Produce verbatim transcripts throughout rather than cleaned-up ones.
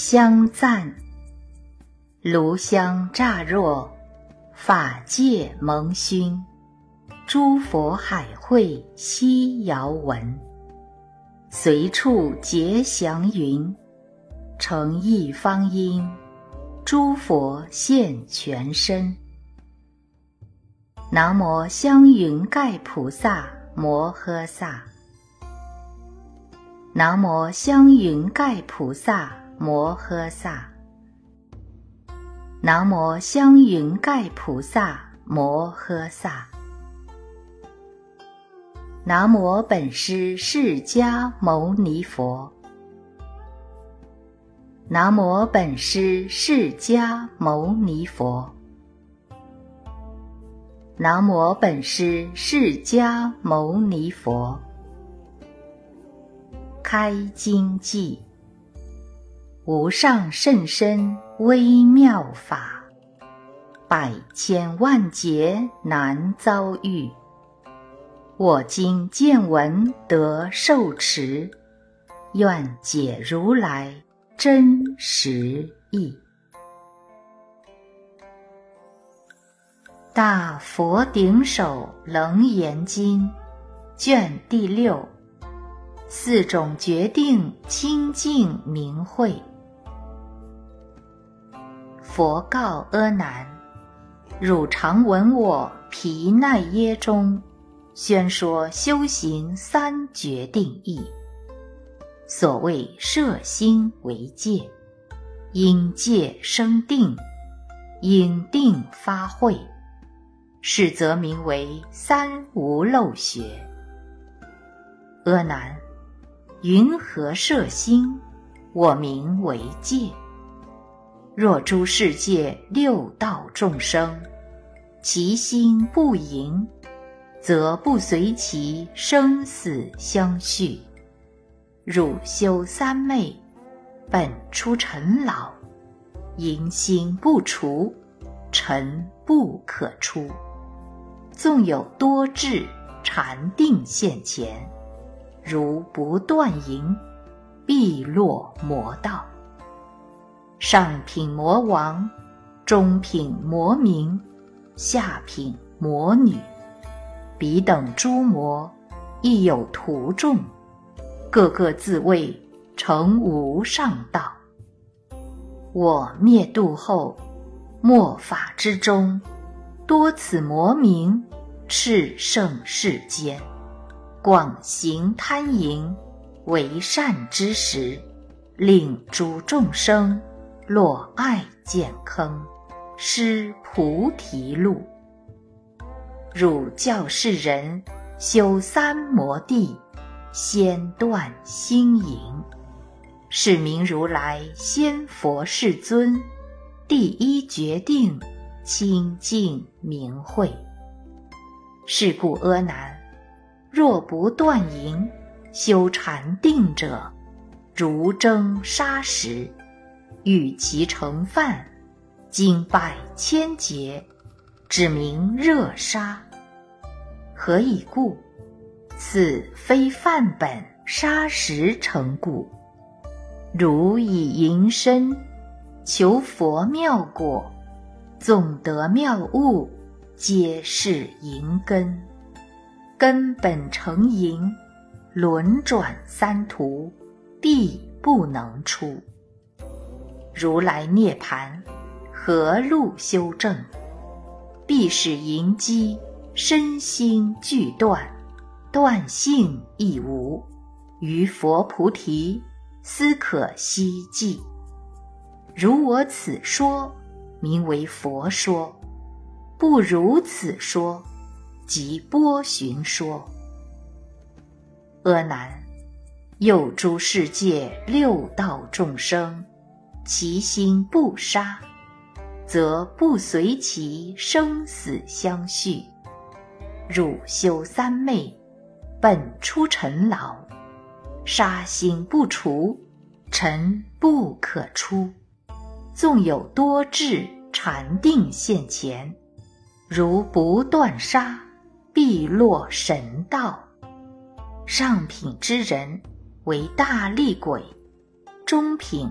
香赞。炉香乍若，法界蒙熏，诸佛海会悉遥闻。随处结祥云，诚意方因，诸佛现全身。南无香云盖菩萨摩诃萨。南无香云盖菩萨摩诃萨。南无香云盖菩萨摩诃萨。南无本师释迦牟尼佛。南无本师释迦牟尼佛。南无本师释迦牟尼佛。开经偈：无上甚深微妙法，百千万劫难遭遇。我今见闻得受持，愿解如来真实义。大佛顶首楞严经卷第六，四种决定清净明慧。佛告阿难：汝常闻我毗奈耶中宣说修行三决定义。所谓摄心为戒，因戒生定，因定发慧，是则名为三无漏学。阿难，云何摄心？我名为戒。若诸世界六道众生，其心不盈，则不随其生死相续。汝修三昧，本出尘劳，淫心不除，尘不可出。纵有多智禅定现前，如不断淫，必落魔道。上品魔王，中品魔民，下品魔女，彼等诸魔亦有徒众，个个自谓成无上道。我灭度后，末法之中，多此魔名，炽盛世间，广行贪淫，为善之时，令诸众生落爱见坑，失菩提路。汝教世人修三摩地，先断心淫，是名如来先佛世尊第一决定清净明慧。是故阿难，若不断淫，修禅定者，如蒸砂石，欲其成饭，经百千劫，只名热沙。何以故？此非饭本砂石成故。如以淫身求佛妙果，纵得妙物，皆是淫根。根本成淫，轮转三途，必不能出。如来涅盘，何路修正？必使淫机身心俱断，断性亦无，于佛菩提斯可希冀。如我此说，名为佛说；不如此说，即波旬说。阿难，又诸世界六道众生，其心不杀，则不随其生死相续。汝修三昧，本出尘劳，杀心不除，尘不可出。纵有多智禅定现前，如不断杀，必落神道。上品之人为大力鬼，中品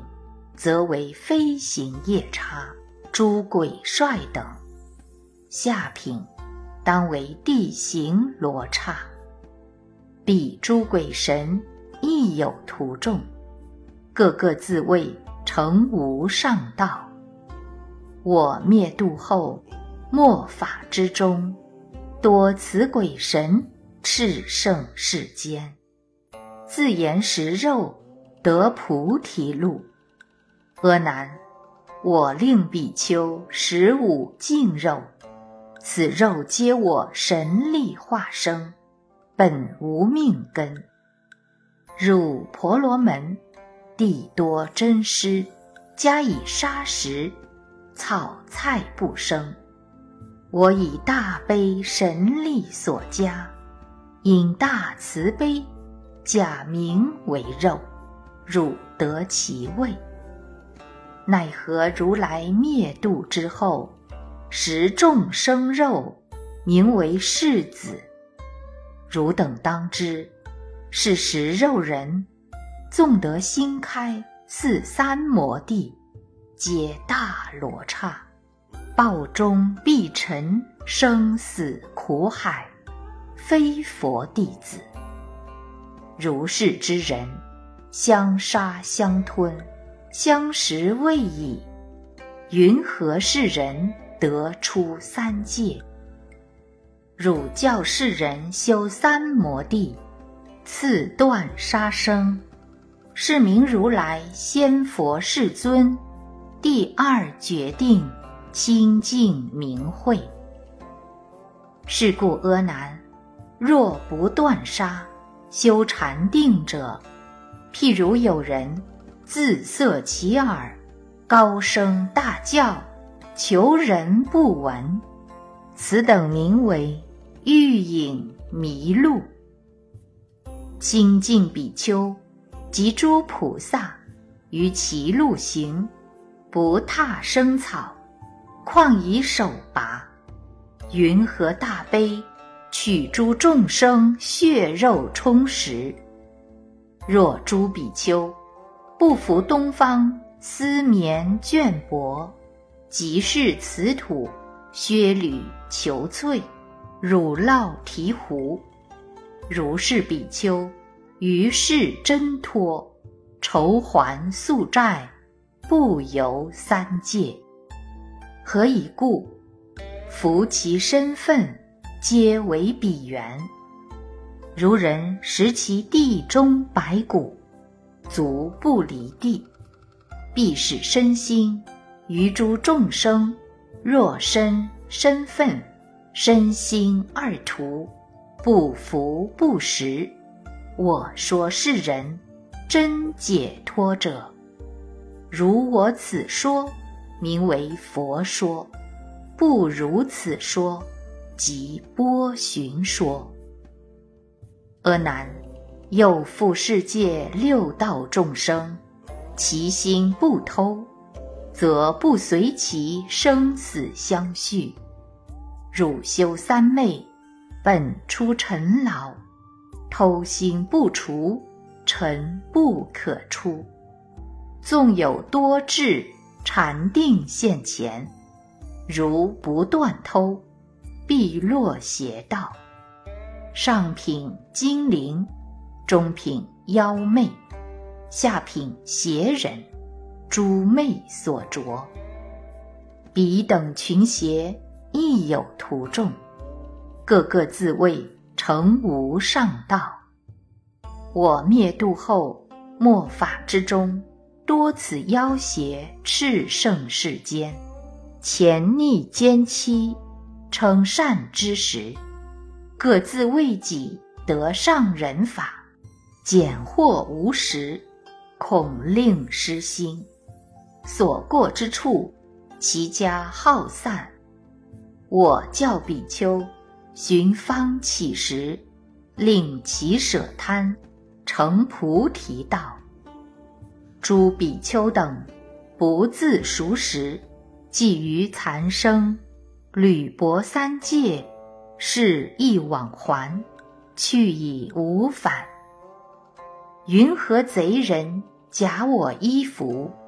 则为飞行夜叉、诸鬼帅等；下品当为地行罗刹。彼诸鬼神亦有徒众，个个自谓成无上道。我灭度后，末法之中，多此鬼神炽盛世间，自言食肉，得菩提路。阿难，我令比丘食五净肉，此肉皆我神力化生，本无命根。入婆罗门，地多真施，加以沙食，草菜不生。我以大悲神力所加，因大慈悲，假名为肉，汝得其味。奈何如来灭度之后，食众生肉，名为世子。汝等当知，是食肉人，纵得心开，似三摩地，皆大罗刹，报中必沉生死苦海，非佛弟子。如是之人，相杀相吞，相食未已，云何是人得出三界？汝教世人修三摩地，次断杀生，是名如来先佛世尊，第二决定清净明慧。是故阿难，若不断杀，修禅定者，譬如有人自塞其耳，高声大叫，求人不闻，此等名为欲影迷路。清净比丘及诸菩萨于其路行，不踏生草，况以手拔，云何大悲，取诸众生血肉充实？若诸比丘不服东方丝绵绢帛，即是此土靴履裘绥，乳酪醍醐，如是比丘于是挣脱，筹还宿债，不游三界。何以故？夫其身分，皆为彼缘。如人食其地中百谷，足不离地，必使身心于诸众生，若身身分身心二途，不服不食。我说是人真解脱者，如我此说，名为佛说；不如此说，即波旬说。阿难，又复世界六道众生，其心不偷，则不随其生死相续。汝修三昧，本出尘劳，偷心不除，尘不可出。纵有多智禅定现前，如不断偷，必落邪道。上品精灵，中品妖魅，下品邪人，诸魅所着。彼等群邪亦有徒众，个个自谓成无上道。我灭度后，末法之中，多此妖邪炽盛世间，潜逆奸欺，称善之时，各自为己得上人法，拣获无实，恐令失心。所过之处，其家好散。我教比丘寻方乞食，令其舍贪，成菩提道。诸比丘等不自熟食，寄于残生，履薄三界，是亦往还，去已无返。云何贼人假我衣服，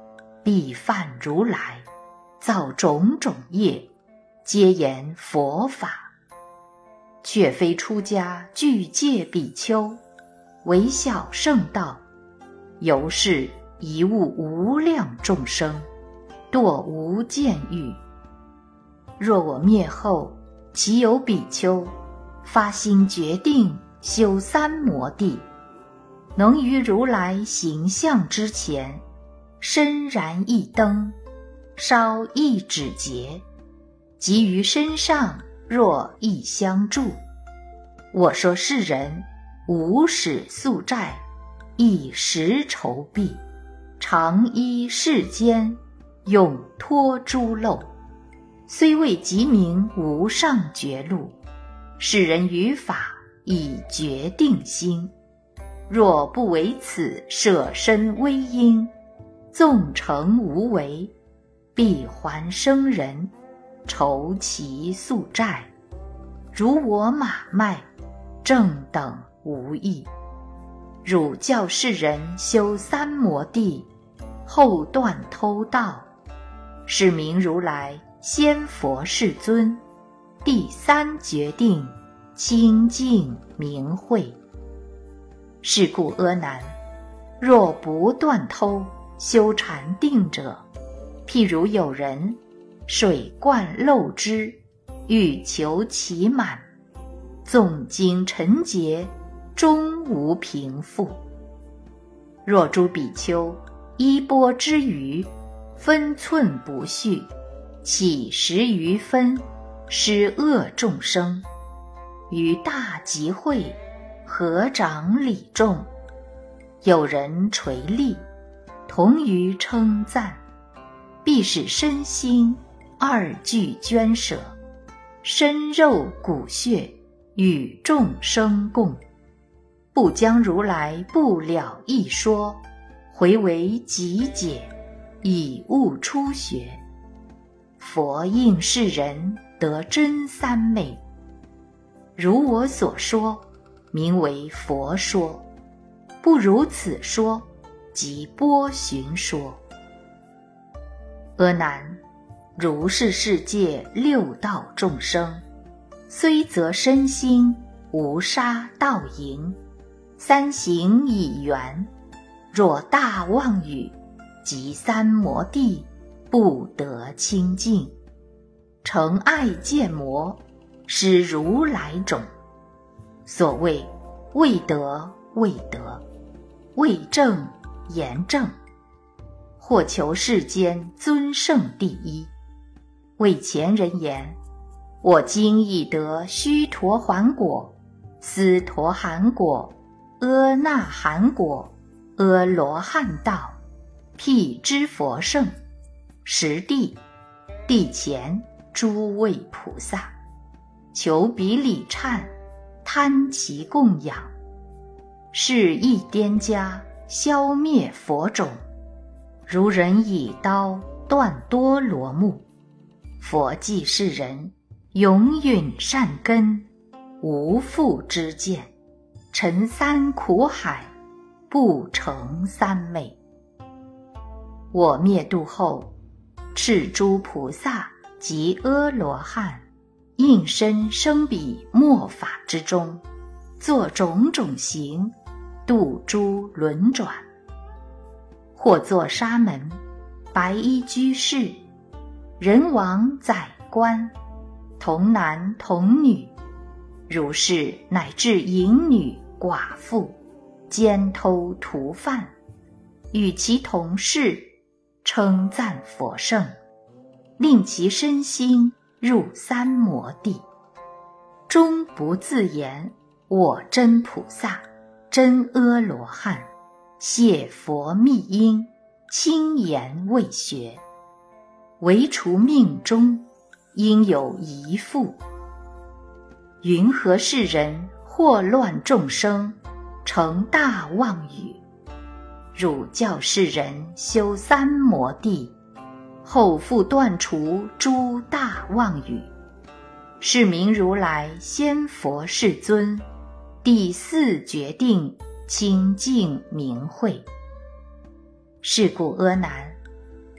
必犯如来，造种种业，皆言佛法。却非出家具戒比丘，唯晓圣道，由是一物无量众生，堕无间狱。若我灭后，其有比丘发心决定修三摩地，能于如来形象之前，深燃一灯，烧一指节，即于身上若一香柱。我说世人无始宿债，一时愁弊，常依世间，永脱诸漏。虽未即名无上觉路，世人于法以决定心。若不为此舍身微因，纵成无为，必还生人，酬其宿债。如我马脉，正等无异。汝教世人修三摩地，后断偷盗，是名如来先佛世尊，第三决定清净明慧。是故阿难，若不断偷修禅定者，譬如有人水灌漏之，欲求其满，纵经尘劫，终无平复。若诸比丘衣钵之余，分寸不序，起十余分，施恶众生，于大集会，合掌礼众，有人垂立，同于称赞，必使身心二俱捐舍，身肉骨血与众生共，不将如来不了义说，回为极解，以悟初学。佛应世人得真三昧，如我所说，名为佛说；不如此说，即波旬说。阿难，如是世界六道众生，虽则身心无杀盗淫，三行已圆，若大妄语，即三摩地不得清净，成爱见魔，失如来种。所谓未得未得，未正言正，或求世间尊胜第一。为前人言，我今已得须陀洹果、斯陀含果、阿那含果、阿罗汉道，辟支佛圣，实地地前诸位菩萨，求彼礼忏，贪其供养，是亦颠家消灭佛种，如人以刀断多罗木。佛记世人永允善根，无复知见，沉三苦海，不成三昧。我灭度后，敕诸菩萨及阿罗汉，应身生彼末法之中，作种种行，度诸轮转。或作沙门、白衣居士、人王宰官，童男童女，如是乃至淫女寡妇、奸偷屠犯，与其同事，称赞佛圣，令其身心入三摩地，终不自言我真菩萨、真阿罗汉，谢佛密因，轻言未学，唯除命中应有一复。云何世人祸乱众生，成大妄语？汝教世人修三摩地，后复断除诸大妄语，是名如来先佛世尊，第四决定清净明慧。是故阿难，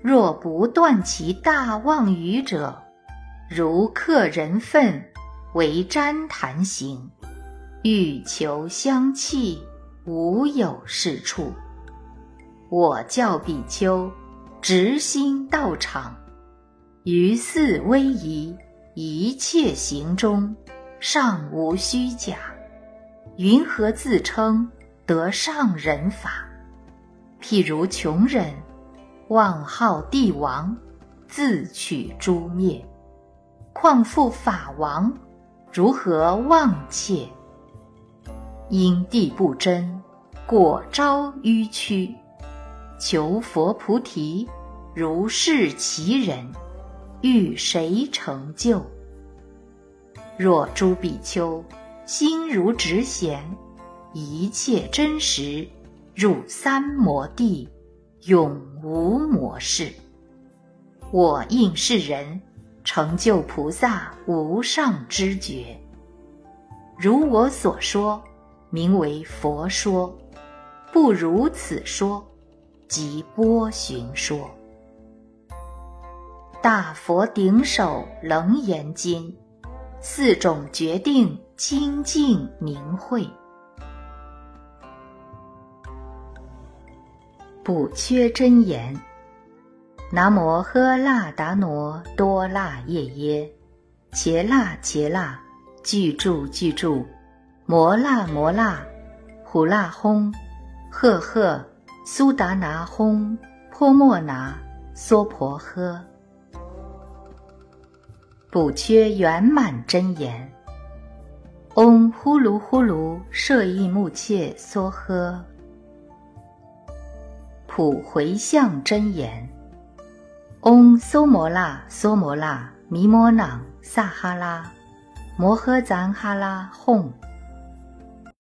若不断其大妄语者，如克人粪，为旃檀形，欲求香气，无有是处。我教比丘直心道场，于四威仪一切行中，尚无虚假，云何自称得上人法？譬如穷人妄号帝王，自取诛灭，况复法王，如何妄窃？因地不真，果招迂曲，求佛菩提，如是其人，欲谁成就？若诸比丘心如直弦，一切真实，入三摩地，永无魔事。我应是人，成就菩萨无上知觉。如我所说，名为佛说；不如此说，即波旬说。大佛顶首楞严经，四种决定清净明慧。补缺真言。南无喝腊达挪多腊夜耶，伽腊伽腊，具住具住，摩腊摩腊，呼腊轰，赫赫，苏达拿轰，泼莫拿，娑婆诃。补缺圆满真言。嗡呼噜呼噜舍益木切梭诃。普回向真言。嗡梭摩那梭摩那弥摩那萨哈拉摩诃赞哈拉吽。